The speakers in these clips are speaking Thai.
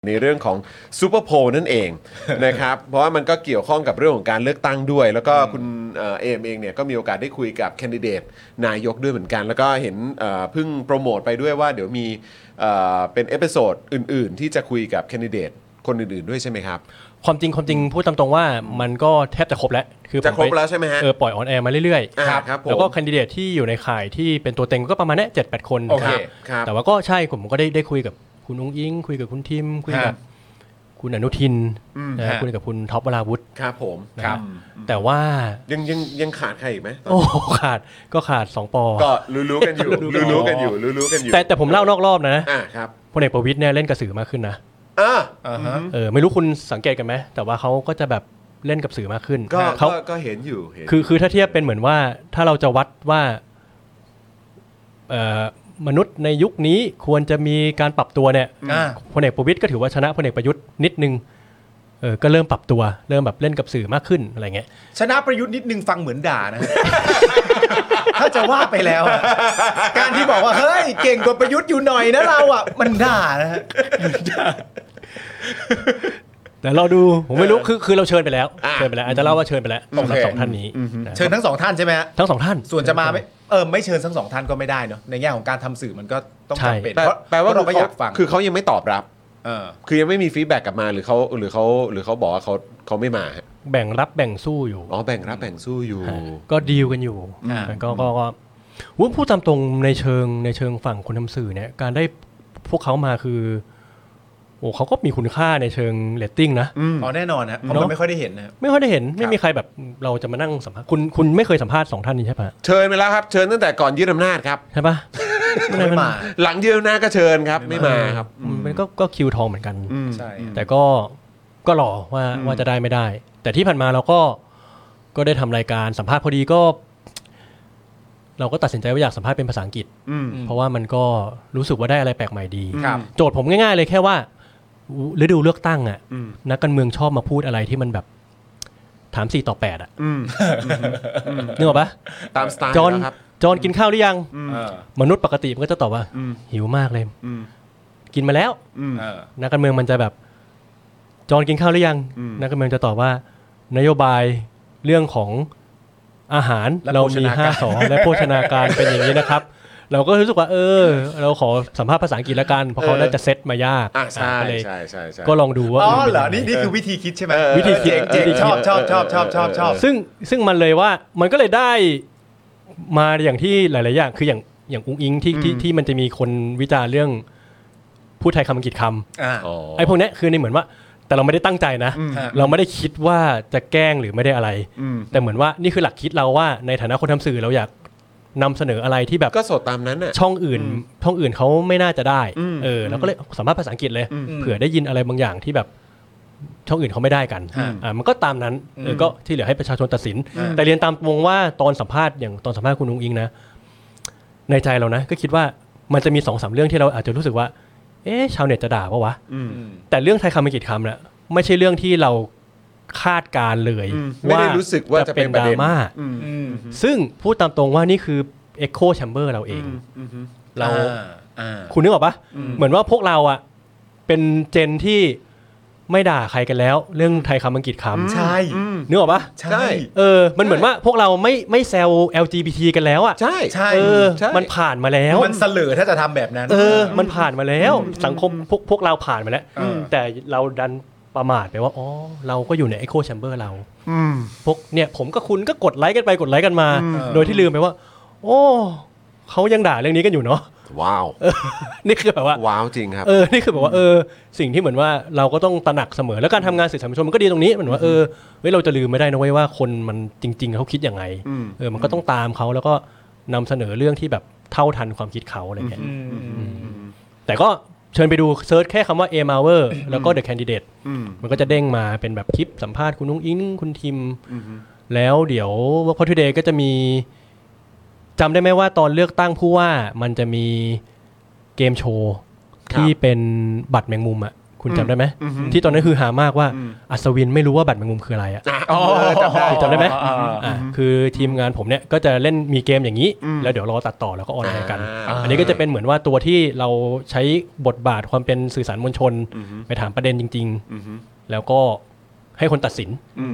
ในเรื่องของซูเปอร์โพลนั่นเอง นะครับเพราะว่ามันก็เกี่ยวข้องกับเรื่องของการเลือกตั้งด้วยแล้วก็คุณเอมเองเนี่ยก็มีโอกาสได้คุยกับแคนดิเดตนายกด้วยเหมือนกันแล้วก็เห็นเพิ่งโปรโมทไปด้วยว่าเดี๋ยวมีเป็นเอพิโซดอื่นๆที่จะคุยกับแคนดิเดตคนอื่นๆด้วยใช่ไหมครับความจริงพูดตามตรงว่ามันก็แทบจะครบแล้วคือจะครบแล้วใช่ไหมฮะปล่อยออนแอร์มาเรื่อยๆครับแล้วก็แคนดิเดตที่อยู่ในข่ายที่เป็นตัวเต็งก็ประมาณนี้ 7-8 คนครับแต่ว่าก็ใช่ผมก็ได้คุยกับคุณอุ้งอิงคุยกับคุณทิมคุยกับคุณอนุทินนะคุยกับคุณท็อปวราวุธครับผมครับแต่ว่ายังขาดใครอีกไหมโอ้ขาด2 ป. ก็รู้กันอยู่แต่ผมเล่านอกรอบนะครับพลเอกประวิตรเนี่ยเล่นกระสือมากขึ้นนะไม่รู้คุณสังเกตกันไหมแต่ว่าเขาก็จะแบบเล่นกับสื่อมากขึ้นก็เห็นอยู่คือถ้าเทียบเป็นเหมือนว่าถ้าเราจะวัดว่ามนุษย์ในยุคนี้ควรจะมีการปรับตัวเนี่ยพลเอกประวิตรก็ถือว่าชนะพลเอกประยุทธ์นิดนึงก็เริ่มปรับตัวเริ่มแบบเล่นกับสื่อมากขึ้นอะไรเงี้ยชนะประยุทธ์นิดนึงฟังเหมือนด่านะ ถ้าจะว่าไปแล้วการที่บอกว่าเฮ้ยเก่งกว่าประยุทธ์อยู่หน่อยนะเราอ่ะมันด่านะฮะแต่เราดูผมไม่รู้คือเราเชิญไปแล้วอาจจะเล่าว่าเชิญไปแล้วสำหรับ2 ท่านนี้เชิญทั้ง2ท่านใช่ไหมฮะทั้ง2ท่านส่วนจะมาไม่เชิญทั้ง2ท่านก็ไม่ได้เนาะในแง่ของการทำสื่อมันก็ต้องจำเป็นแปลว่าเราไม่อยากฟังคือเขายังไม่ตอบรับคือยังไม่มีฟีดแบ็กกลับมาหรือเขาบอกว่าเขาไม่มาแบ่งรับแบ่งสู้อยู่แบ่งรับแบ่งสู้อยู่ก็ดีลกันอยู่ก็พูดตามตรงในเชิงฝั่งคนทำสื่อเนี่ยการได้พวกเขามาคือเขาก็มีคุณค่าในเชิงเรตติ้งนะแน่นอนนะเพราะมันไม่ค่อยได้เห็นนะไม่ค่อยได้เห็นไม่มีใครแบบเราจะมานั่งสัมภาษณ์คุณไม่เคยสัมภาษณ์2ท่านนี้ใช่ปะเชิญไปแล้วครับเชิญตั้งแต่ก่อนยึดอำนาจครับใช่ปะไม่มาหลังยึดอำนาจก็เชิญครับไม่มาครับมันก็คิวทองเหมือนกันใช่แต่ก็รอว่าจะได้ไม่ได้แต่ที่ผ่านมาเราก็ได้ทำรายการสัมภาษณ์พอดีก็เราก็ตัดสินใจว่าอยากสัมภาษณ์เป็นภาษาอังกฤษเพราะว่ามันก็รู้สึกว่าได้อะไรแปลกใหม่ดีโจทย์ผมง่ายๆเลยแค่ว่าฤดูเลือกตั้งอ่ะนักการเมืองชอบมาพูดอะไรที่มันแบบถาม4 ต่อ 8อ่ะนึกออกปะตามสไตล์จอนกินข้าวหรือยังมนุษย์ปกติมันก็จะตอบว่าหิวมากเลยกินมาแล้วนักการเมืองมันจะแบบจอนกินข้าวหรือยังนักการเมืองจะตอบว่านโยบายเรื่องของอาหารเรามี5 สอและโภชนาการเป็นอย่างนี้นะครับเราก็รู้สึกว่าเราขอสัมภาษณ์ภาษาอังกฤษละกันเพราะเขาได้จะเซตมายากใช่ก็ลองดูว่าเหรอนี่คือวิธีคิดใช่ไหมวิธีคิดชอบซึ่งมันเลยว่ามันก็เลยได้มาอย่างที่หลายๆอย่างคืออย่างอุ้งอิงที่มันจะมีคนวิจารณ์เรื่องพูดไทยคำอังกฤษคำไอ้พวกนี้คือในเหมือนว่าแต่เราไม่ได้ตั้งใจนะเราไม่ได้คิดว่าจะแกล้งหรือไม่ได้อะไรแต่เหมือนว่านี่คือหลักคิดเราว่าในฐานะคนทำสื่อเราอยากนำเสนออะไรที่แบบก็สดตามนั้นน่ะช่องอื่นเขาไม่น่าจะได้เราก็เลยสัมภาษณ์ภาษาอังกฤษเลยเผื่อได้ยินอะไรบางอย่างที่แบบช่องอื่นเขาไม่ได้กันมันก็ตามนั้นก็ที่เหลือให้ประชาชนตัดสินแต่เรียนตามตรงว่าตอนสัมภาษณ์อย่างตอนสัมภาษณ์คุณอุ้งอิงนะในใจเรานะก็คิดว่ามันจะมี 2-3 เรื่องที่เราอาจจะรู้สึกว่าชาวเน็ตจะด่าปะวะแต่เรื่องไทยคำอังกฤษคำน่ะไม่ใช่เรื่องที่เราคาดการเลยไม่ได้รู้สึกว่าจะเป็นดราม่าซึ่งพูดตามตรงว่านี่คือ Echo Chamber เราเองเราคุณนึกออกปะเหมือนว่าพวกเราอ่ะเป็นเจนที่ไม่ด่าใครกันแล้วเรื่องไทยคำอังกฤษคำใช่นึกออกปะใช่มันเหมือนว่าพวกเราไม่แซว LGBT กันแล้วอ่ะใช่มันผ่านมาแล้วมันเสลอถ้าจะทำแบบนั้นมันผ่านมาแล้วสังคมพวกเราผ่านมาแล้วแต่เราดันประมาทไปว่าเราก็อยู่ใน Echo Chamber เราพวกเนี่ยผมกับคุณก็กดไลค์กันไปกดไลค์กันมาโดยที่ลืมไปว่าเขายังด่าเรื่องนี้กันอยู่เนาะว้าวนี่คือแบบว่าว้าวจริงครับนี่คือแบบว่าสิ่งที่เหมือนว่าเราก็ต้องตระหนักเสมอแล้วการทำงานสื่อสารมวลชนมันก็ดีตรงนี้เหมือนว่าเฮ้ยเราจะลืมไม่ได้นะเว้ยว่าคนมันจริงๆเขาคิดยังไงมันก็ต้องตามเขาแล้วก็นำเสนอเรื่องที่แบบเท่าทันความคิดเขาอะไรเงี้ยแต่ก็เชิญไปดูเซิร์ชแค่คำว่า A Marver แล้วก็ The Candidate มันก็จะเด้งมาเป็นแบบคลิปสัมภาษณ์คุณนุ้งอิงคุณทิมแล้วเดี๋ยว Work for Today ก็จะมีจำได้ไหมว่าตอนเลือกตั้งผู้ว่ามันจะมีเกมโชว์ที่เป็นบัตรแมงมุมอ่ะคุณจำได้ไหมที่ตอนนั้นคือหามากว่าอัศวินไม่รู้ว่าบัตรแมงมุมคืออะไรอ่ะอ๋อจำได้ไหมคือทีมงานผมเนี่ยก็จะเล่นมีเกมอย่างนี้แล้วเดี๋ยวรอตัดต่อแล้วก็ออนไลน์กัน อันนี้ก็จะเป็นเหมือนว่าตัวที่เราใช้บทบาทความเป็นสื่อสารมวลชนไปถามประเด็นจริงๆแล้วก็ให้คนตัดสิน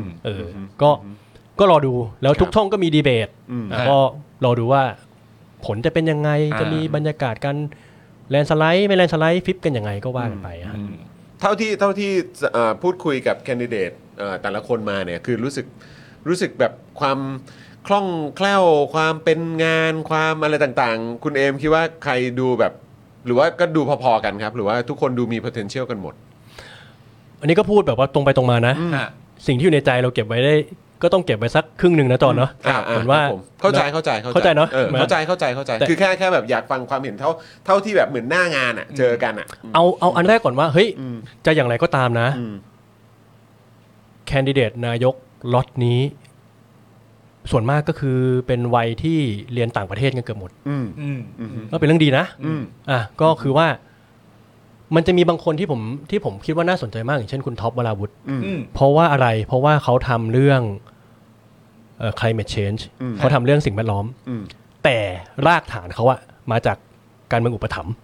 ก็รอดูแล้วทุกช่องก็มีดีเบตก็รอดูว่าผลจะเป็นยังไงจะมีบรรยากาศการแลนสไลด์ไม่แลนสไลด์ฟลิปกันยังไงก็ว่ากันไปเท่าที่พูดคุยกับแคนดิเดตแต่ละคนมาเนี่ยคือรู้สึกแบบความคล่องแคล่วความเป็นงานความอะไรต่างๆคุณเอมคิดว่าใครดูแบบหรือว่าก็ดูพอๆกันครับหรือว่าทุกคนดูมี potential กันหมดอันนี้ก็พูดแบบว่าตรงไปตรงมานะสิ่งที่อยู่ในใจเราเก็บไว้ได้ก็ต้องเก็บไว้สักครึ่งนึงนะจอนเนาะเหมือนว่าเข้าใจเนาะเข้าใจคือแค่แบบอยากฟังความเห็นเท่าที่แบบเหมือนหน้างานอ่ะเจอกันอ่ะเอาอันแรกก่อนว่าเฮ้ยจะอย่างไรก็ตามนะแคนดิเดตนายกล็อตนี้ส่วนมากก็คือเป็นวัยที่เรียนต่างประเทศกันเกือบหมดก็เป็นเรื่องดีนะก็คือว่ามันจะมีบางคนที่ผมคิดว่าน่าสนใจมากอย่างเช่นคุณท็อปวราวุธเพราะว่าอะไรเพราะว่าเขาทำเรื่องclimate change เขาทำเรื่องสิ่งแวดล้อมแต่รากฐานเขาอะมาจากการเมืองอุปถัมภ์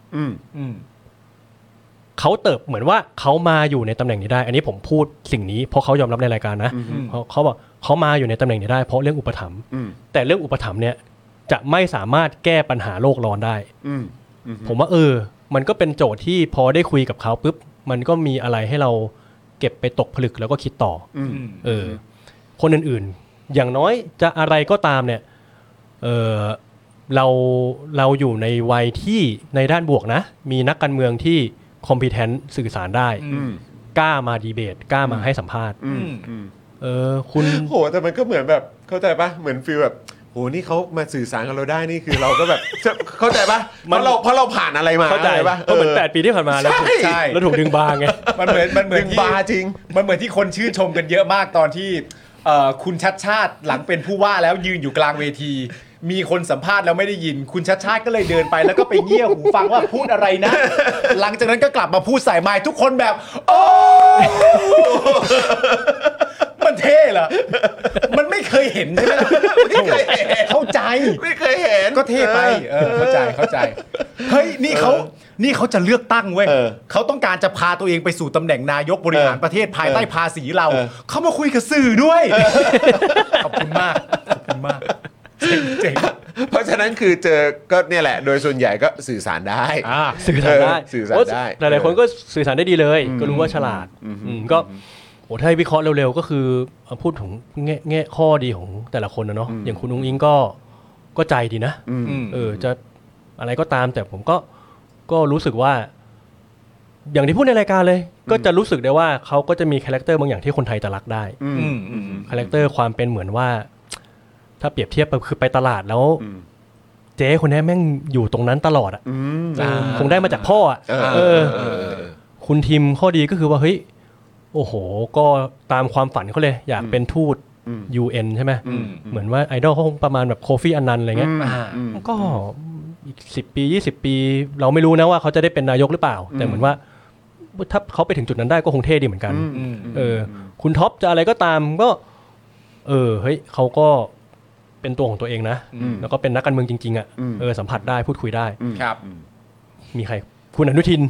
เขาเหมือนว่าเขามาอยู่ในตำแหน่งนี้ได้อันนี้ผมพูดสิ่งนี้เพราะเขายอมรับในรายการนะเขาบอกเขามาอยู่ในตำแหน่งนี้ได้เพราะเรื่องอุปถัมภ์แต่เรื่องอุปถัมภ์เนี่ยจะไม่สามารถแก้ปัญหาโลกร้อนได้ผมว่ามันก็เป็นโจทย์ที่พอได้คุยกับเขาปุ๊บมันก็มีอะไรให้เราเก็บไปตกผลึกแล้วก็คิดต่อคนอื่นๆอย่างน้อยจะอะไรก็ตามเนี่ยเราอยู่ในวัยที่ในด้านบวกนะมีนักการเมืองที่competent สื่อสารได้กล้ามาดีเบตกล้ามาให้สัมภาษณ์คุณโหแต่มันก็เหมือนแบบเข้าใจปะเหมือนฟีลแบบโหนี่เขามาสื่อสารกับเราได้นี่คือเราก็แบบเข้าใจปะเพราะเราผ่านอะไรมาเข้าใจปะเหมือน8 ปีที่ผ่านมาแล้วถูกดึงบาไงมันเหมือนที่บาจริงมันเหมือนที่คนชื่นชมกันเยอะมากตอนที่คุณชัดชาติหลังเป็นผู้ว่าแล้วยืนอยู่กลางเวทีมีคนสัมภาษณ์แล้วไม่ได้ยินคุณชัดชาติก็เลยเดินไปแล้วก็ไปเงี่ยหูฟังว่าพูดอะไรนะหลังจากนั้นก็กลับมาพูดใส่ไมค์ทุกคนแบบโอ้มันเท่เหรอมันไม่เคยเห็นใช่ไหมไม่เคยเห็นเข้าใจไม่เคยเห็นก็เท่ไปเข้าใจเฮ้ยนี่เขาจะเลือกตั้งเว้ยเขาต้องการจะพาตัวเองไปสู่ตำแหน่งนายกบริหารประเทศภายใต้ภาษีเราเขามาคุยกับสื่อด้วยขอบคุณมากเจ๋งเพราะฉะนั้นคือเจอก็เนี่ยแหละโดยส่วนใหญ่ก็สื่อสารได้สื่อสารได้หลายๆคนก็สื่อสารได้ดีเลยก็รู้ว่าฉลาดก็ถ้าวิเคราะห์เร็วๆก็คือพูดถึงแง่ข้อดีของแต่ละคนนะเนาะอย่างคุณนุ้งอิงก็ใจดีนะจะอะไรก็ตามแต่ผมก็รู้สึกว่าอย่างที่พูดในรายการเลยก็จะรู้สึกได้ว่าเขาก็จะมีคาแรคเตอร์บางอย่างที่คนไทยจะรักได้คาแรคเตอร์ความเป็นเหมือนว่าถ้าเปรียบเทียบคือไปตลาดแล้วเจ๊คนนี้แม่งอยู่ตรงนั้นตลอดอ่ะคงได้มาจากพ่ออ่ะคุณทีมข้อดีก็คือว่าเฮ้ยโอ้โหก็ตามความฝันเขาเลยอยากเป็นทูต UN ใช่ไหมเหมือนว่าไอดอลเขาคงประมาณแบบโคฟี่อันนันอะไรเงี้ยก็อีก10 ปี20 ปีเราไม่รู้นะว่าเขาจะได้เป็นนายกหรือเปล่าแต่เหมือนว่าถ้าเขาไปถึงจุดนั้นได้ก็คงเท่ดีเหมือนกันคุณท็อปจะอะไรก็ตามก็เฮ้ยเขาก็เป็นตัวของตัวเองนะแล้วก็เป็นนักการเมืองจริงๆอ่ะสัมผัสได้พูดคุยได้ครับมีใครคุณอนุทิน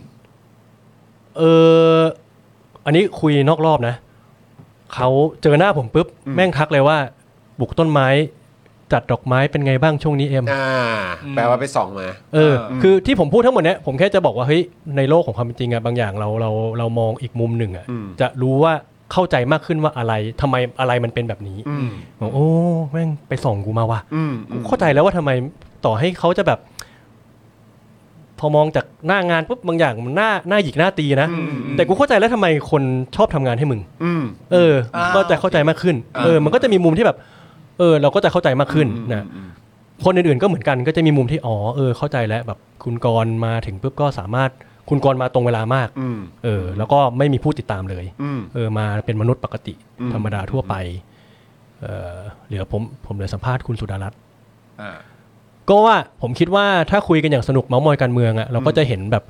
อันนี้คุยนอกรอบนะเขาเจอหน้าผมปุ๊บแม่งทักเลยว่าบุกต้นไม้จัดดอกไม้เป็นไงบ้างช่วงนี้แปลว่าไปส่องมาคือที่ผมพูดทั้งหมดเนี้ยผมแค่จะบอกว่าเฮ้ยในโลกของความเป็นจริงอะบางอย่างเรามองอีกมุมหนึ่งอะจะรู้ว่าเข้าใจมากขึ้นว่าอะไรทำไมอะไรมันเป็นแบบนี้บอกโอ้แม่งไปส่องกูมาว่ะกูเข้าใจแล้วว่าทำไมต่อให้เขาจะแบบพอมองจากหน้างานปุ๊บบางอย่างมันหน้าหยิกหน้าตีนะแต่กูเข้าใจแล้วทำไมคนชอบทำงานให้มึงก็จะเข้าใจมากขึ้นมันก็จะมีมุมที่แบบเราก็จะเข้าใจมากขึ้นนะคนอื่นๆก็เหมือนกันก็จะมีมุมที่เข้าใจแล้วแบบคุณกรณ์มาถึงปุ๊บก็สามารถคุณกรณ์มาตรงเวลามากแล้วก็ไม่มีผู้ติดตามเลยมาเป็นมนุษย์ปกติธรรมดาทั่วไปเหลือผมเลยสัมภาษณ์คุณสุดารัตน์ก็ว่าผมคิดว่าถ้าคุยกันอย่างสนุกเม้ามอยการเมืองอ่ะเราก็จะเห็นแบบ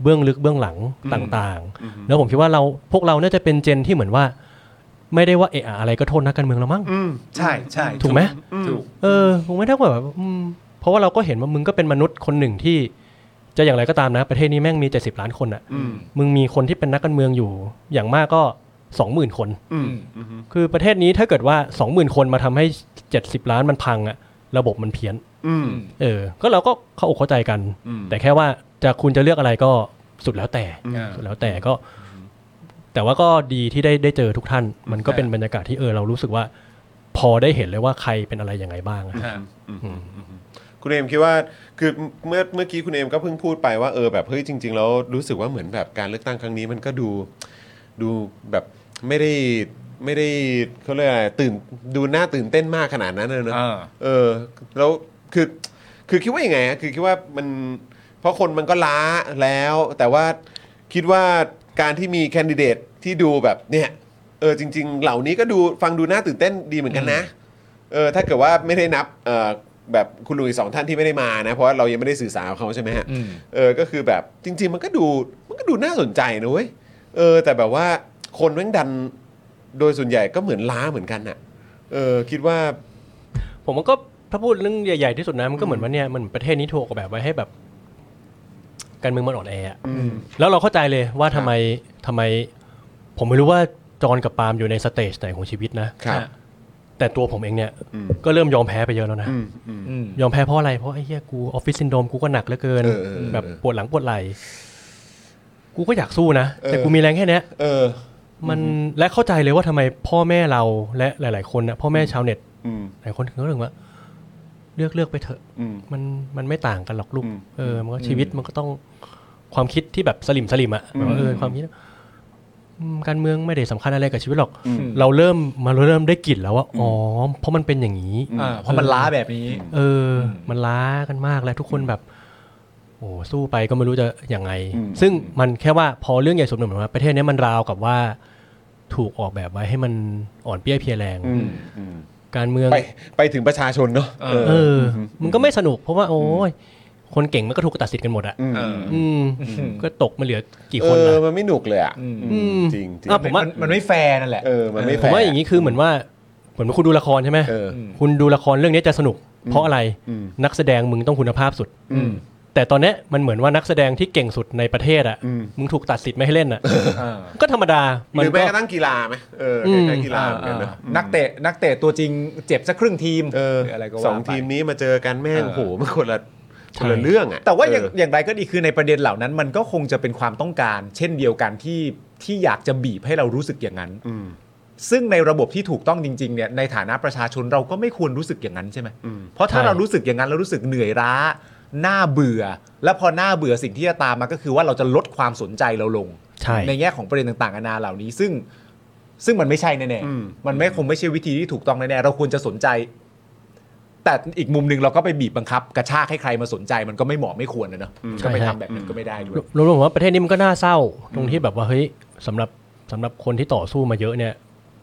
เบื้องลึกเบื้องหลังต่างๆแล้วผมคิดว่าพวกเราน่าจะเป็นเจนที่เหมือนว่าไม่ได้ว่าอะไรก็โทษนักการเมืองแล้วมั้งใช่ใช่ถูกไหมถูกคงไม่ได้แบบเพราะว่าเราก็เห็นว่ามึงก็เป็นมนุษย์คนหนึ่งที่จะอย่างไรก็ตามนะประเทศนี้แม่งมี70ล้านคนอ่ะมึงมีคนที่เป็นนักการเมืองอยู่อย่างมากก็ 20,000 คนคือประเทศนี้ถ้าเกิดว่า 20,000 คนมาทำให้70ล้านมันพังอ่ะระบบมันเพี้ยนก็เราก็เข้าอกเข้าใจกันแต่แค่ว่าคุณจะเลือกอะไรก็สุดแล้วแต่ก็แต่ว่าก็ดีที่ได้เจอทุกท่านมันก็เป็นบรรยากาศที่เรารู้สึกว่าพอได้เห็นเลยว่าใครเป็นอะไรยังไงบ้างคุณเอมคิดว่าคือเมื่อกี้คุณเอมก็เพิ่งพูดไปว่าแบบเฮ้ยจริงๆแล้วรู้สึกว่าเหมือนแบบการเลือกตั้งครั้งนี้มันก็ดูแบบไม่ได้เขาเรียกอะไรดูน่าตื่นเต้นมากขนาดนั้นเลยเนอะแล้วคือคิดว่ายังไงคือคิดว่ามันเพราะคนมันก็ล้าแล้วแต่ว่าคิดว่าการที่มีแคนดิเดตที่ดูแบบเนี่ยจริงๆเหล่านี้ก็ฟังดูน่าตื่นเต้นดีเหมือนกันนะถ้าเกิดว่าไม่ได้นับแบบคุณลุงอีก2ท่านที่ไม่ได้มานะเพราะว่าเรายังไม่ได้สื่อสารกับเขาใช่ไหมฮะก็คือแบบจริงๆมันก็ดูน่าสนใจนะเว้ยแต่แบบว่าคนแม่งดันโดยส่วนใหญ่ก็เหมือนล้าเหมือนกันน่ะคิดว่าผมมันก็ถ้าพูดเรื่องใหญ่ๆที่สุดนะมันก็เหมือนว่าเนี่ยมันประเทศนี้ถูกออกแบบไว้ให้แบบการเมืองมันอ่อนแอแล้วเราเข้าใจเลยว่าทำไมผมไม่รู้ว่าจอนกับปาล์มอยู่ในสเตจไหนของชีวิตนะแต่ตัวผมเองเนี่ยก็เริ่มยอมแพ้ไปเยอะแล้วนะยอมแพ้เพราะอะไรเพราะไอ้เหี้ยกูออฟฟิศซินโดรมกูก็หนักเหลือเกินแบบปวดหลังปวดไหล่กูก็อยากสู้นะแต่กูมีแรงแค่เนี้ยมันและเข้าใจเลยว่าทำไมพ่อแม่เราและหลายๆคนนะพ่อแม่ชาวเน็ตหลายคนถึงก็เรื่องว่าเลือกไปเถอะมันไม่ต่างกันหรอกลูกมันก็ชีวิตมันก็ต้องความคิดที่แบบสลิมอ่ะความคิดการเมืองไม่ได้สำคัญอะไรกับชีวิตหรอกเราเริ่มได้กลิ่นแล้วว่าอ๋อเพราะมันเป็นอย่างนี้เพราะมันล้าแบบนี้มันล้ากันมากแล้วทุกคนแบบโอ้สู้ไปก็ไม่รู้จะยังไงซึ่งมันแค่ว่าพอเรื่องใหญ่สุดหนึ่งเหมือนว่าประเทศนี้มันราวกับว่าถูกออกแบบไว้ให้มันอ่อนเปี้ยเพลียแรงการเมืองไปถึงประชาชนเนาะมันก็ไม่สนุกเพราะว่าโอ้ยคนเก่งมันก็ถูกตัดสิทธิ์กันหมดอ่ะก็ตกมาเหลือกี่คนล่ะมันไม่หนุกเลยอ่ะจริงผมว่ามันไม่แฟร์นั่นแหละมันไม่แฟร์ผมว่าอย่างนี้คือเหมือนว่าเหมือนคุณดูละครใช่ไหมคุณดูละครเรื่องนี้จะสนุกเพราะอะไรนักแสดงมึงต้องคุณภาพสุดแต่ตอนนี้มันเหมือนว่านักแสดงที่เก่งสุดในประเทศอ่ะมึงถูกตัดสิทธิ์ไม่ให้เล่นอ่ะก็ธรรมดาหรือแม้กระทั่งกีฬาไหมแค่กีฬาเหมือนกันนะนักเตะตัวจริงเจ็บสักครึ่งทีมอะไรก็ว่า 2ทีมนี้มาเจอกันแม่งโหมันคนละเรื่องอ่ะแต่ว่าอย่างไรก็ดีคือในประเด็นเหล่านั้นมันก็คงจะเป็นความต้องการเช่นเดียวกันที่อยากจะบีบให้เรารู้สึกอย่างนั้นซึ่งในระบบที่ถูกต้องจริงๆเนี่ยในฐานะประชาชนเราก็ไม่ควรรู้สึกอย่างนั้นใช่ไหมเพราะถ้าเรารู้สึกอย่างนั้นเรารู้สึกเหนื่อยล้าหน้าเบื่อแล้วพอหน้าเบื่อสิ่งที่จะตามมาก็คือว่าเราจะลดความสนใจเราลงในแง่ของประเด็นต่างๆนานาเหล่านี้ซึ่งมันไม่ใช่แน่ๆมันคงไม่ใช่วิธีที่ถูกต้องแน่ๆเราควรจะสนใจแต่อีกมุมนึงเราก็ไปบีบบังคับกระชากให้ใครมาสนใจมันก็ไม่เหมาะไม่ควรนะเนอะก็ไปทำแบบนั้นก็ไม่ได้ด้วยรวมๆว่าประเทศนี้มันก็น่าเศร้าตรงที่แบบว่าเฮ้ยสำหรับคนที่ต่อสู้มาเยอะเนี่ย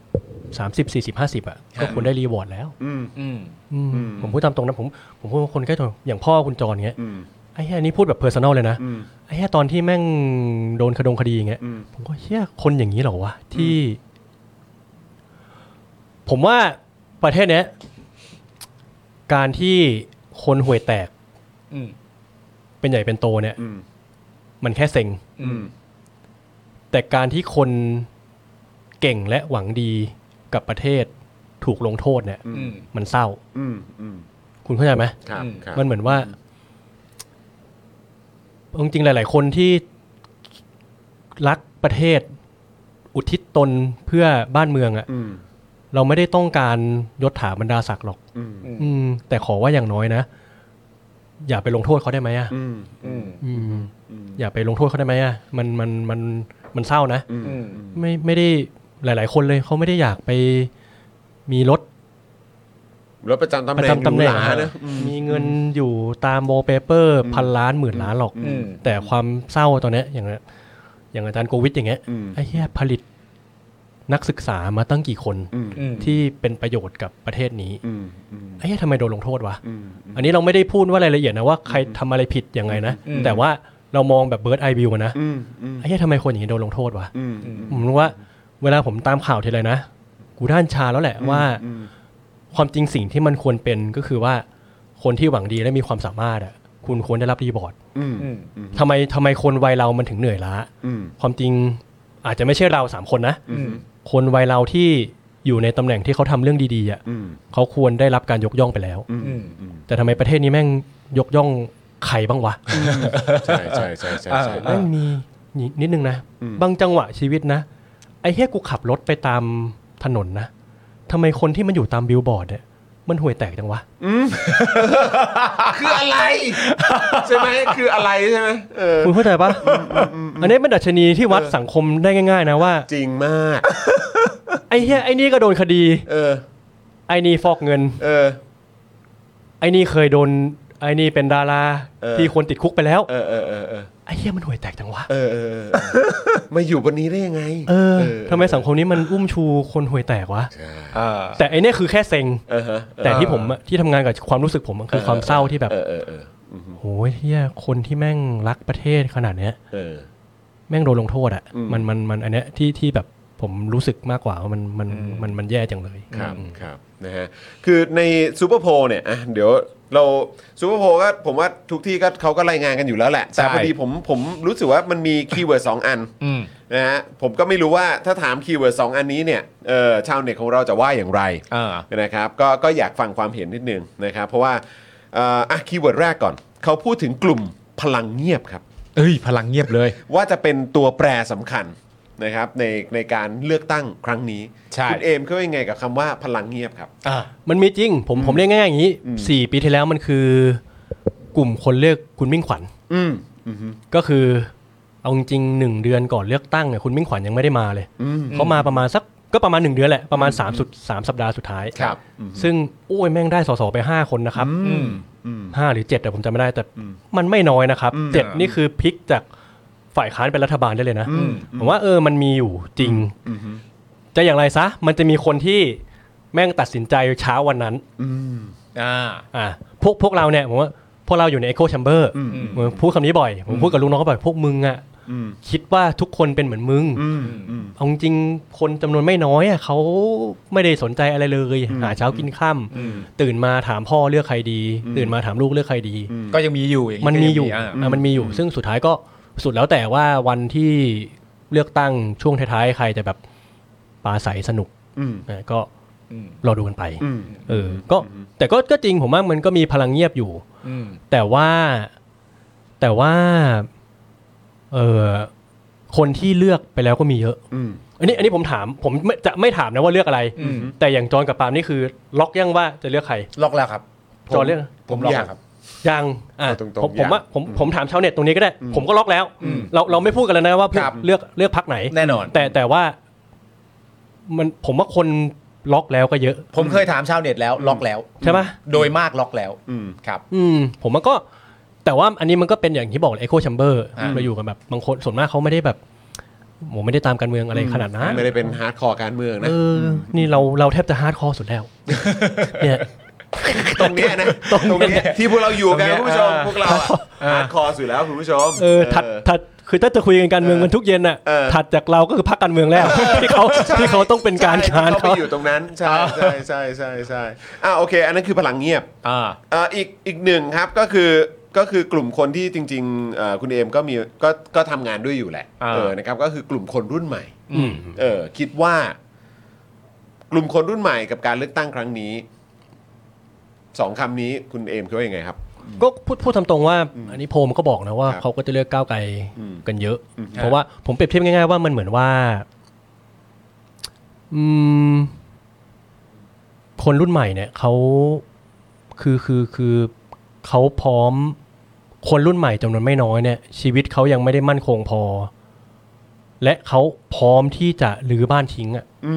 30 40 50อ่ะก็ควรได้รีวอร์ดแล้วผมพูดตามตรงนะผมพูดว่าคนใกล้ตัวอย่างพ่อคุณจรเงี้ยไอ้แค่นี้พูดแบบเพอร์ซันอลเลยนะไอ้แค่ตอนที่แม่งโดนคดีอย่างเงี้ยผมก็เชี่ยคนอย่างนี้เหรอวะที่ผมว่าประเทศเนี้ยการที่คนห่วยแตกเป็นใหญ่เป็นโตเนี่ยมันแค่เซ็งแต่การที่คนเก่งและหวังดีกับประเทศถูกลงโทษเนี่ยมันเศร้าคุณเข้าใจไหมมันเหมือนว่าจริงๆหลายๆคนที่รักประเทศอุทิศตนเพื่อบ้านเมืองอ่ะเราไม่ได้ต้องการยศถาบรรดาศักดิ์หรอกแต่ขอว่าอย่างน้อยนะอย่าไปลงโทษเขาได้ไหมอ่ะอย่าไปลงโทษเขาได้ไหมอ่ะมันเศร้านะไม่ได้หลายๆคนเลยเขาไม่ได้อยากไปมีรถประจำตำแหน่งนะมีเงินอยู่ตามวอลเปเปอร์พันล้านหมื่นล้านหรอกแต่ความเศร้าตอนนี้อย่างอาจารย์โควิดอย่างเงี้ยไอ้เหี้ยผลิตนักศึกษามาตั้งกี่คนที่เป็นประโยชน์กับประเทศนี้ไอ้เหี้ยทำไมโดนลงโทษวะอันนี้เราไม่ได้พูดว่ารายละเอียดนะว่าใครทำอะไรผิดยังไงนะแต่ว่าเรามองแบบเบิร์ดไอวิวนะไอ้เหี้ยทำไมคนอย่างนี้โดนลงโทษวะผมรู้ว่าเวลาผมตามข่าวทีไรนะกูด้านชาแล้วแหละว่าความจริงสิ่งที่มันควรเป็นก็คือว่าคนที่หวังดีและมีความสามารถอ่ะคุณควรได้รับรีบอร์ดทำไมคนวัยเรามันถึงเหนื่อยล้าความจริงอาจจะไม่ใช่เรา3คนนะคนวัยเราที่อยู่ในตำแหน่งที่เขาทำเรื่องดีๆอ่ะเขาควรได้รับการยกย่องไปแล้วแต่ทำไมประเทศนี้แม่งยกย่องใครบ้างวะใช่ใช่ใช่ใช่แม่งมีนิดนึงนะบางจังหวะชีวิตนะไอ้เหี้ยกูขับรถไปตามถนนนะทำไมคนที่มันอยู่ตามบิลบอร์ดเนี่ยมันห่วยแตกจังวะคืออะไรใช่ไหมคืออะไรใช่ไหมคุณเข้าใจปะอันนี้เป็นดัชนีที่วัดสังคมได้ง่ายๆนะว่าจริงมากไอ้เหี้ยไอ้นี่ก็โดนคดีไอ้นี่ฟอกเงินไอ้นี่เคยโดนไอ้นี่เป็นดาราที่คนติดคุกไปแล้วไอ้เหี้ยมันห่วยแตกจังวะมาอยู่บนนี้ได้ยังไงทำไมสังคมนี้มันอุ้มชูคนห่วยแตกวะแต่ไอ้นี่คือแค่เซ็งแต่ที่ผมที่ทำงานกับความรู้สึกผมมันคือความเศร้าที่แบบโหเหี้ยคนที่แม่งรักประเทศขนาดเนี้ยแม่งโดนลงโทษอ่ะมันอันเนี้ยที่แบบผมรู้สึกมากกว่าว่ามันแย่จังเลยครับนะฮะคือในซูเปอร์โพลเนี่ยเดี๋ยวเราซูเปอร์โพลก็ผมว่าทุกที่ก็เขาก็รายงานกันอยู่แล้วแหละแต่พอดีผมรู้สึกว่ามันมีคีย์เวิร์ด2อันนะฮะผมก็ไม่รู้ว่าถ้าถามคีย์เวิร์ด2อันนี้เนี่ยชาวเน็ตของเราจะว่าอย่างไรนะครับก็อยากฟังความเห็นนิดนึงนะครับเพราะว่าคีย์เวิร์ดแรกก่อนเขาพูดถึงกลุ่มพลังเงียบครับพลังเงียบเลยว่าจะเป็นตัวแปรสำคัญนะครับในการเลือกตั้งครั้งนี้คุณเอมเขาเป็นไงกับคำว่าพลังเงียบครับมันมีจริงผมเรียกง่ายๆอย่างนี้4 ปีที่แล้วมันคือกลุ่มคนเลือกคุณมิ่งขวัญก็คือเอาจริง1 เดือนก่อนเลือกตั้งเนี่ยคุณมิ่งขวัญยังไม่ได้มาเลยเขามาประมาณ1 เดือนแหละประมาณ3 สัปดาห์สุดท้ายซึ่งโอ้ยแม่งได้สสไป5 คนนะครับ5 หรือ 7แต่ผมจำไม่ได้แต่มันไม่น้อยนะครับ7นี่คือพลิกจากฝ่ายค้านเป็นรัฐบาลได้เลยนะผมว่ามันมีอยู่จริงจะอย่างไรซะมันจะมีคนที่แม่งตัดสินใจเช้าวันนั้นพวกเราเนี่ยผมว่าพวกเราอยู่ใน Echo Chamber พูดคำนี้บ่อยผมพูดกับลูกน้องก็บ่อยพวกมึงอ่ะคิดว่าทุกคนเป็นเหมือนมึงเอาจริงคนจำนวนไม่น้อยเขาไม่ได้สนใจอะไรเลยหาเช้ากินค่ำตื่นมาถามพ่อเลือกใครดีตื่นมาถามลูกเลือกใครดีก็ยังมีอยู่มันมีอยู่ซึ่งสุดท้ายก็สุดแล้วแต่ว่าวันที่เลือกตั้งช่วงท้ายๆใครจะแบบปราศัยสนุกก็รอดูกันไปก็แต่ก็จริงผมว่ามันก็มีพลังเงียบอยู่แต่ว่าคนที่เลือกไปแล้วก็มีเยอะอันนี้ผมถามผมจะไม่ถามนะว่าเลือกอะไรแต่อย่างจอนกับปาล์มนี่คือล็อกยังว่าจะเลือกใครล็อกแล้วครับจอนเลือกผมล็อกครับยังผมถามชาวเน็ตตรงนี้ก็ได้ผมก็ล็อกแล้วเราไม่พูดกันแล้วนะว่าเลือกพรรคไหนแน่นอนแต่ว่าผมว่าคนล็อกแล้วก็เยอะผมเคยถามชาวเน็ตแล้วล็อกแล้วใช่ปะโดยมากล็อกแล้วครับผมก็แต่ว่าอันนี้มันก็เป็นอย่างที่บอกEcho Chamber เราอยู่กันแบบบางคนส่วนมากเขาไม่ได้แบบผมไม่ได้ตามการเมืองอะไรขนาดนั้นไม่ได้เป็นฮาร์ดคอร์การเมืองนะนี่เราแทบจะฮาร์ดคอร์สุดแล้วเนี่ยตรงนี้นะตรงนี้ที่พวกเราอยู่กันคุณผู้ชมพวกเราฮาร์ดคอร์สุดแล้วคุณผู้ชมถัดคือถ้าจะคุยกันการเมืองกันทุกเย็นน่ะถัดจากเราก็คือพรรคการเมืองแล้วที่เขาต้องเป็นการค้านเขาไปอยู่ตรงนั้นใช่โอเคอันนั้นคือพลังเงียบอีกหนึ่งครับก็คือกลุ่มคนที่จริงๆคุณเอมก็มีก็ทำงานด้วยอยู่แหละนะครับก็คือกลุ่มคนรุ่นใหม่คิดว่ากลุ่มคนรุ่นใหม่กับการเลือกตั้งครั้งนี้2 คำนี้คุณเอมคิดว่ายังไงครับก็พูดตามตรงว่าอันนี้โพลมันก็บอกนะว่าเขาก็จะเลือกก้าวไกลกันเยอะเพราะว่าผมเปรียบเทียบง่ายๆว่ามันเหมือนว่าคนรุ่นใหม่เนี่ยเขาคือเขาพร้อมคนรุ่นใหม่จำนวนไม่น้อยเนี่ยชีวิตเขายังไม่ได้มั่นคงพอและเขาพร้อมที่จะรื้อบ้านทิ้ง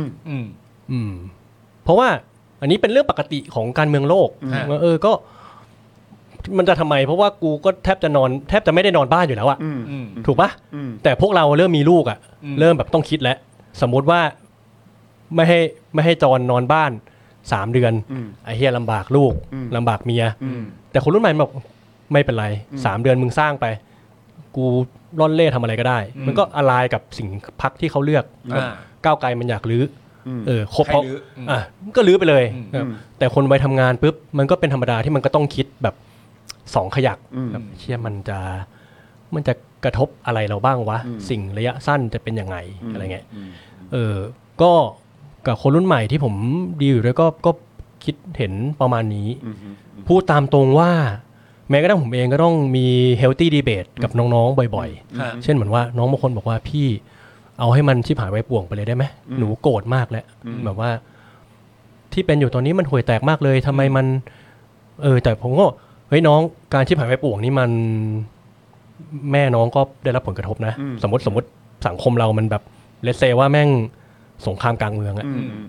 เพราะว่าอันนี้เป็นเรื่องปกติของการเมืองโลกก็มันจะทำไมเพราะว่ากูก็แทบจะไม่ได้นอนบ้านอยู่แล้วอะถูกปะแต่พวกเราเริ่มมีลูกอะเริ่มแบบต้องคิดแล้วสมมติว่าไม่ให้จอนนอนบ้าน3 เดือนไอ้เหี้ยลำบากลูกลำบากเมียแต่คนรุ่นใหม่บอกไม่เป็นไร3 เดือนมึงสร้างไปกูร่อนเล่ทำอะไรก็ได้ มันก็อะไรกับสิ่งพรรคที่เขาเลือกก้าวไกลมันอยากรื้อครบเพราะก็รื้อไปเลยแต่คนไปทำงานปุ๊บมันก็เป็นธรรมดาที่มันก็ต้องคิดแบบ2ขยักแบบเชื่อมันจะกระทบอะไรเราบ้างวะสิ่งระยะสั้นจะเป็นยังไงอะไรเงี้ยก็กับคนรุ่นใหม่ที่ผมดีอยู่ด้วยก็คิดเห็นประมาณนี้พูดตามตรงว่าแม้กระทั่งผมเองก็ต้องมี healthy debate กับน้องๆบ่อยๆเช่นเหมือนว่าน้องบางคนบอกว่าพี่เอาให้มันชิบหายไว้ป่วงไปเลยได้ไหมหนูโกรธมากแล้วแบบว่าที่เป็นอยู่ตอนนี้มันห่วยแตกมากเลยทำไมมันแต่ผมก็เฮ้ยน้องการชิบหายไว้ป่วงนี่มันแม่น้องก็ได้รับผลกระทบนะสมมติสังคมเรามันแบบเลทเซว่าแม่งสงครามกลางเมืองอะ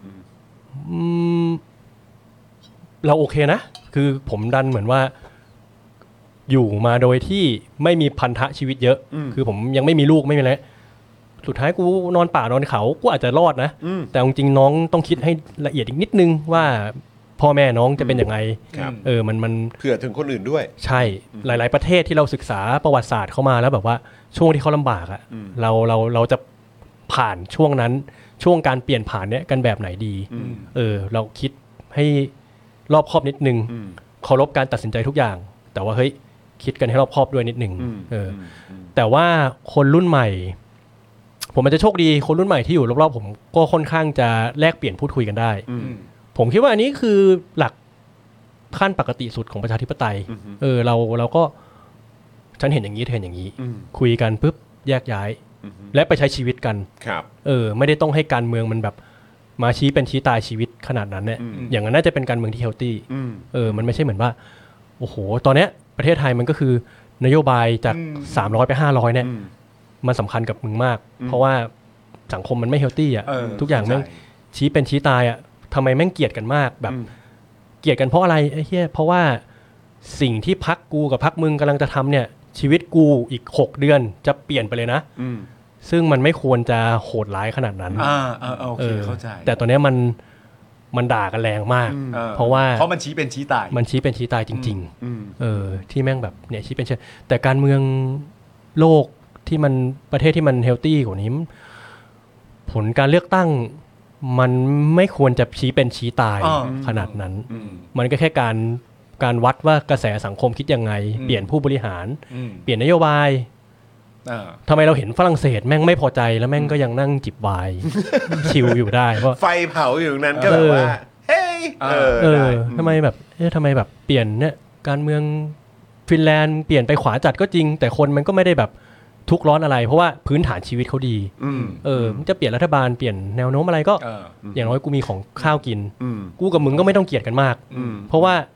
เราโอเคนะคือผมดันเหมือนว่าอยู่มาโดยที่ไม่มีพันธะชีวิตเยอะคือผมยังไม่มีลูกไม่มีอะไรสุดท้ายกูนอนป่านอนเขากูอาจจะรอดนะแต่จริงๆน้องต้องคิดให้ละเอียดอีกนิดนึงว่าพ่อแม่น้องจะเป็นยังไงมันเผื่อถึงคนอื่นด้วยใช่หลายๆประเทศที่เราศึกษาประวัติศาสตร์เข้ามาแล้วแบบว่าช่วงที่เขาลำบากอะเราจะผ่านช่วงนั้นช่วงการเปลี่ยนผ่านเนี้ยกันแบบไหนดีเราคิดให้รอบคอบนิดนึงเคารพการตัดสินใจทุกอย่างแต่ว่าเฮ้ยคิดกันให้รอบคอบด้วยนิดนึงแต่ว่าคนรุ่นใหม่ผมมันจะโชคดีคนรุ่นใหม่ที่อยู่รอบๆผมก็ค่อนข้างจะแลกเปลี่ยนพูดคุยกันได้ผมคิดว่าอันนี้คือหลักขั้นปกติสุดของประชาธิปไตยเราก็ฉันเห็นอย่างนี้เธอเห็นอย่างนี้คุยกันปุ๊บแยกย้ายและไปใช้ชีวิตกันไม่ได้ต้องให้การเมืองมันแบบมาชี้เป็นชี้ตายชีวิตขนาดนั้นเนี่ยอย่างนั้นน่าจะเป็นการเมืองที่เฮลตี้มันไม่ใช่เหมือนว่าโอ้โหตอนเนี้ยประเทศไทยมันก็คือนโยบายจาก300ไป500เนี่ยมันสำคัญกับมึงมากเพราะว่าสังคมมันไม่เฮลตี้อ่ะทุกอย่างแม่งชี้เป็นชี้ตายอ่ะทำไมแม่งเกลียดกันมากแบบเกลียดกันเพราะอะไรไอ้เหี้ยเพราะว่าสิ่งที่พรรคกูกับพรรคมึงกำลังจะทำเนี่ยชีวิตกูอีก6เดือนจะเปลี่ยนไปเลยนะซึ่งมันไม่ควรจะโหดร้ายขนาดนั้นโอเคเข้าใจแต่ตอนนี้มันด่ากันแรงมากเพราะมันชี้เป็นชี้ตายมันชี้เป็นชี้ตายจริงๆที่แม่งแบบเนี่ยชี้เป็นชี้แต่การเมืองโลกที่มันประเทศที่มันเฮลตี้กว่านี้ผลการเลือกตั้งมันไม่ควรจะชี้เป็นชี้ตายขนาดนั้นมันก็แค่การวัดว่ากระแสสังคมคิดยังไงเปลี่ยนผู้บริหารเปลี่ยนนโยบายทำไมเราเห็นฝรั่งเศสแม่งไม่พอใจแล้วแม่งก็ยังนั่งจิบไวน์ชิลอยู่ได้เพราะไฟเผาอยู่นั้นก็แบบว่าเฮ้ยทำไมแบบเปลี่ยนเนี่ยการเมืองฟินแลนด์เปลี่ยนไปขวาจัดก็จริงแต่คนมันก็ไม่ได้แบบทุกร้อนอะไรเพราะว่าพื้นฐานชีวิตเขาดีมันจะเปลี่ยนรัฐบาลเปลี่ยนแนวโน้มอะไรก็อย่างน้อยกูมีของข้าวกินกูกับมึงก็ไม่ต้องเกลียดกันมากเพราะว่า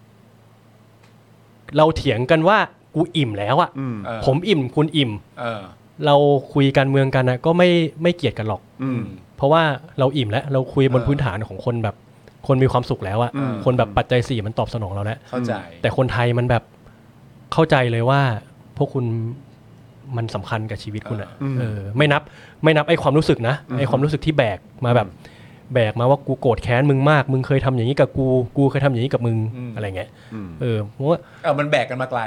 เราเถียงกันว่ากูอิ่มแล้วอ่ะผมอิ่มคุณอิ่มเราคุยการเมืองกันนะก็ไม่เกลียดกันหรอกเพราะว่าเราอิ่มแล้วเราคุยบนพื้นฐานของคนแบบคนมีความสุขแล้วอ่ะคนแบบปัจจัย4มันตอบสนองเราแล้วเข้าใจแต่คนไทยมันแบบเข้าใจเลยว่าพวกคุณมันสำคัญกับชีวิตคุณอ่ะไม่นับไอ้ความรู้สึกนะไอ้ความรู้สึกที่แบกมาว่ากูโกรธแค้นมึงมากมึงเคยทำอย่างนี้กับกูเคยทำอย่างนี้กับมึงอะไรเงี้ยเพราะว่ามันแบกกันมาไกล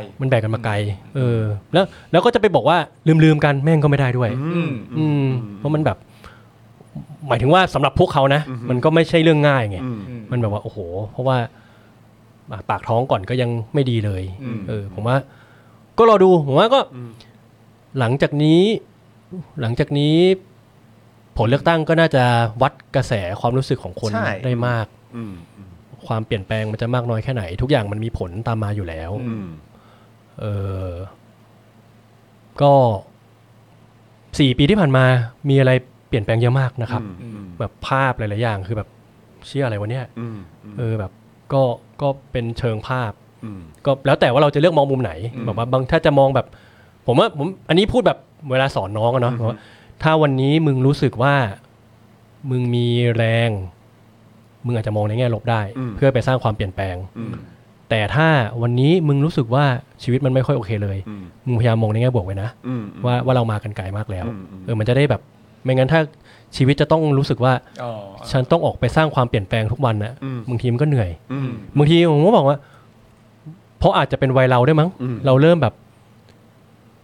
แล้วก็จะไปบอกว่าลืมกันแม่งก็ไม่ได้ด้วยเพราะมันแบบหมายถึงว่าสำหรับพวกเขานะมันก็ไม่ใช่เรื่องง่ายไงมันแบบว่าโอ้โหเพราะว่าปากท้องก่อนก็ยังไม่ดีเลยผมว่าก็รอดูผมว่าก็หลังจากนี้ผลเลือกตั้งก็น่าจะวัดกระแสความรู้สึกของคนได้มากความเปลี่ยนแปลงมันจะมากน้อยแค่ไหนทุกอย่างมันมีผลตามมาอยู่แล้วก็4 ปีที่ผ่านมามีอะไรเปลี่ยนแปลงเยอะมากนะครับแบบภาพหลายๆอย่างคือแบบเชื่ออะไรวะเนี่ยแบบก็เป็นเชิงภาพก็แล้วแต่ว่าเราจะเลือกมองมุมไหนแบบว่าบางถ้าจะมองแบบผมอันนี้พูดแบบเวลาสอนน้องอะเนาะว่าถ้าวันนี้มึงรู้สึกว่ามึงมีแรงมึงอาจจะมองในแง่ลบได้เพื่อไปสร้างความเปลี่ยนแปลงแต่ถ้าวันนี้มึงรู้สึกว่าชีวิตมันไม่ค่อยโอเคเลยมึงพยายามมองในแง่บวกไว้นะว่าเรามากันไกลมากแล้วมันจะได้แบบไม่งั้นถ้าชีวิตจะต้องรู้สึกว่าฉันต้องออกไปสร้างความเปลี่ยนแปลงทุกวันนะบางทีมันก็เหนื่อยบางทีผมก็บอกว่าเพราะอาจจะเป็นวัยเราด้วยมั้งเราเริ่มแบบผ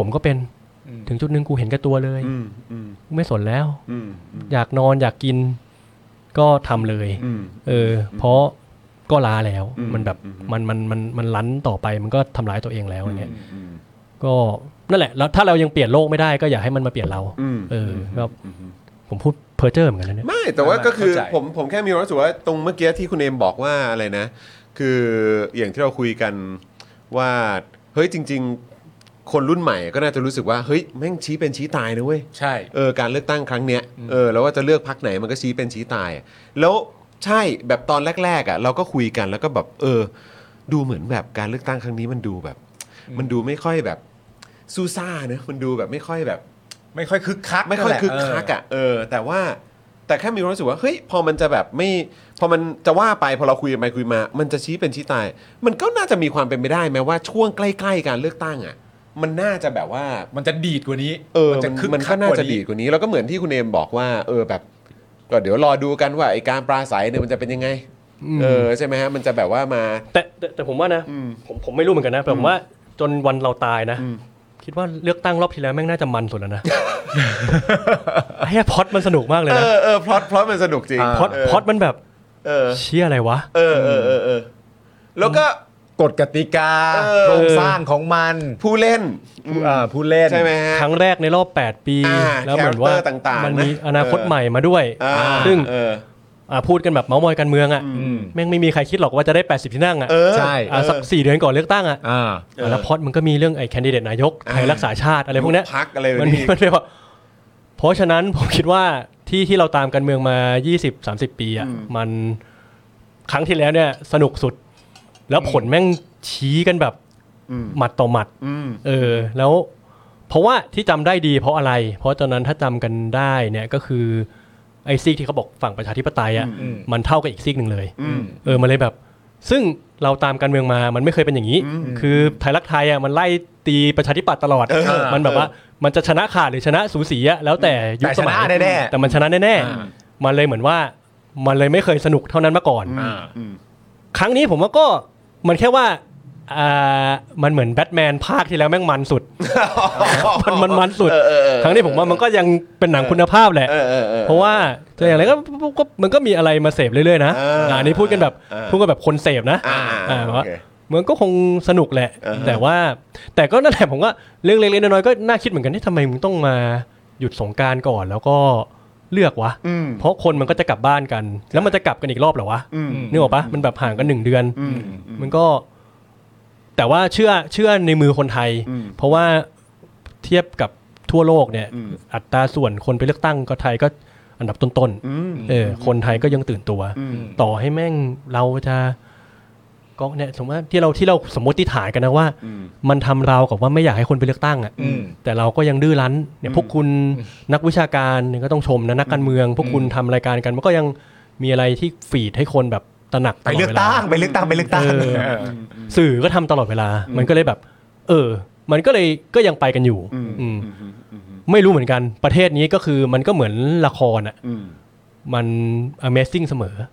ผมก็เป็นถึงจุดนึงกูเห็นแก่ตัวเลยไม่สนแล้วอยากนอนอยากกินก็ทำเลยเพราะก็ล้าแล้วมันแบบมันลั้นต่อไปมันก็ทำร้ายตัวเองแล้วเนี่ยก็นั่นแหละแล้วถ้าเรายังเปลี่ยนโลกไม่ได้ก็อย่าให้มันมาเปลี่ยนเราก็ผมพูดเพ้อเจ้อเหมือนกันนะเนี่ยไม่แต่ว่าก็คือผมแค่มีความรู้สึกว่าตรงเมื่อกี้ที่คุณเอมบอกว่าอะไรนะคืออย่างที่เราคุยกันว่าเฮ้ยจริงๆคนรุ่นใหม่ก็น่าจะรู้สึกว่าเฮ้ยแม่งชี้เป็นชี้ตายนะเว้ยใช่การเลือกตั้งครั้งเนี้ยแล้วว่าจะเลือกพรรคไหนมันก็ชี้เป็นชี้ตายแล้วใช่แบบตอนแรกๆอ่ะเราก็คุยกันแล้วก็แบบดูเหมือนแบบการเลือกตั้งครั้งนี้มันดูแบบมันดูไม่ค่อยแบบซูซ่าเนอะมันดูแบบไม่ค่อยแบบไม่ค่อยคึกคักไม่ค่อยคึกคักอ่ะแต่แค่มีความรู้สึกว่าเฮ้ยพอมันจะแบบไม่พอมันจะว่าไปพอเราคุยไปคุยมามันจะชี้เป็นชี้ตายมันก็น่าจะมีความเป็นไปได้แม้ว่าช่วงใกล้ๆการเลือกตั้งอ่ะมันน่าจะแบบว่ามันจะดีดกว่านี้มันก็น่าจะดีดกว่านี้แล้วก็เหมือนที่คุณเอมบอกว่าแบบก็เดี๋ยวรอดูกันว่าไอ้การปราศัยเนี่ยมันจะเป็นยังไงใช่ไหมฮะมันจะแบบว่ามาแต่ผมว่านะผมไม่รู้เหมือนกันนะแต่ผมว่าจนวันเราตายนะคิดว่าเลือกตั้งรอบที่แล้วแม่งน่าจะมันสุดแล้วนะไอ้พล็อตมันสนุกมากเลยนะพล็อตมันสนุกจริงพล็อตมันแบบเชี่ยอะไรวะแล้วก็กฎกติกาโครงสร้างของมันผู้เล่นใช่ไหมฮะครั้งแรกในรอบ8ปีแล้วเหมือนว่ามันมีอนาคตใหม่มาด้วยซึ่งพูดกันแบบเมาส์มอยกันเมืองอ่ะแม่งไม่มีใครคิดหรอกว่าจะได้80ที่นั่งอ่ะใช่สัก4 เดือนก่อนเลือกตั้งอ่ะแล้วพอดมันก็มีเรื่องไอ้แคนดิเดตนายกไทยรักษาชาติอะไรพวกนี้พรรคอะไรมันเป็นว่าเพราะฉะนั้นผมคิดว่าที่เราตามกันเมืองมา 20-30 ปีอ่ะมันครั้งที่แล้วเนี่ยสนุกสุดแล้วผลแม่งชี้กันแบบหมัดต่อหมัดแล้วเพราะว่าที่จำได้ดีเพราะอะไรเพราะตอนนั้นถ้าจำกันได้เนี่ยก็คือไอ้ซีกที่เขาบอกฝั่งประชาธิปไตยอ่ะมันเท่ากับอีกซีกหนึ่งเลยมันเลยแบบซึ่งเราตามการเมืองมามันไม่เคยเป็นอย่างนี้คือไทยรักไทยอ่ะมันไล่ตีประชาธิปัตย์ตลอดมันแบบว่ามันจะชนะขาดหรือชนะสูสีอ่ะแล้วแต่ยุคสมัยแต่มันชนะแน่ๆมันเลยเหมือนว่ามันเลยไม่เคยสนุกเท่านั้นมาก่อนครั้งนี้ผมว่าก็มันแค่ว่ามันเหมือนแบทแมนภาคที่แล้วแม่งมันสุดมันสุดครั้งนี้ผมว่ามันก็ยังเป็นหนังคุณภาพแหละเพราะว่าจะอย่างไรก็มันก็มีอะไรมาเสพเรื่อยๆนะอันนี้พูดกันแบบคนเสพนะมันก็คงสนุกแหละแต่ก็นั่นแหละผมว่าเรื่องเล็กๆน้อยๆก็น่าคิดเหมือนกันที่ทำไมมึงต้องมาหยุดสงกรานต์ก่อนแล้วก็เลือกวะเพราะคนมันก็จะกลับบ้านกันแล้วมันจะกลับกันอีกรอบเหรอวะนึกออกปะมันแบบห่างกัน1 เดือนมันก็แต่ว่าเชื่อในมือคนไทยเพราะว่าเทียบกับทั่วโลกเนี่ยอัตราส่วนคนไปเลือกตั้งก็ไทยก็อันดับต้นๆคนไทยก็ยังตื่นตัวต่อให้แม่งเราจะก็เนี่ยสมมติว่าที่เราสมมติฐานกันนะว่ามันทำเรากับว่าไม่อยากให้คนไปเลือกตั้งอ่ะแต่เราก็ยังดื้อรั้นเนี่ยพวกคุณนักวิชาการเนี่ยก็ต้องชมนะนักการเมืองพวกคุณทำรายการกันมันก็ยังมีอะไรที่ฟีดให้คนแบบตระหนักไปเลือกตั้งสื่อก็ทำตลอดเวลามันก็เลยแบบมันก็เลยก็ยังไปกันอยู่ไม่รู้เหมือนกันประเทศนี้ก็คือมันก็เหมือนละครอ่ะมัน Amazing เสมอ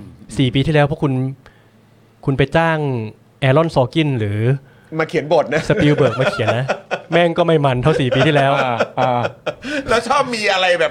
4 ปีที่แล้วพวกคุณไปจ้างแอรอนซอร์กินหรือมาเขียนบทนะสปิลเบิร์กมาเขียนนะแม่งก็ไม่มันเท่า4 ปีที่แล้วแล้วชอบมีอะไรแบบ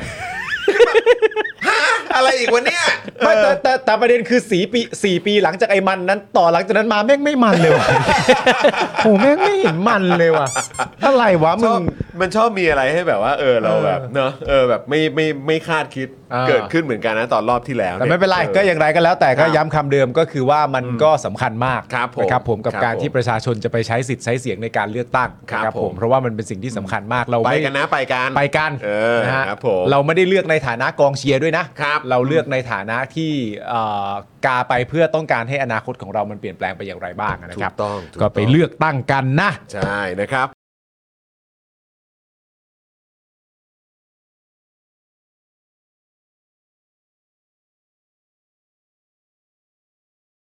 อะไรอีกวะเนี่ยไม่แต่ประเด็นคือ4 ปีหลังจากไอ้มันนั้นต่อหลังจากนั้นมาแม่งไม่มันเลยว่ะโหแม่งไม่เห็นมันเลยว่ะอะไรวะมึงมันชอบมีอะไรให้แบบว่าเราแบบเนอะแบบไม่คาดคิดเกิดขึ้นเหมือนกันนะตอนรอบที่แล้วแต่ไม่เป็นไรก็อย่างไรก็แล้วแต่ก็ย้ำคำเดิมก็คือว่ามันก็สำคัญมากนะครับผมกับการที่ประชาชนจะไปใช้สิทธิ์ใช้เสียงในการเลือกตั้งครับผมเพราะว่ามันเป็นสิ่งที่สำคัญมากเราไปกันนะไปกันนะฮะเราไม่ได้เลือกในฐานะกองเชียร์ด้วยนะเราเลือกในฐานะที่กาไปเพื่อต้องการให้อนาคตของเรามันเปลี่ยนแปลงไปอย่างไรบ้างนะครับก็ไปเลือกตั้งกันนะใช่นะครับ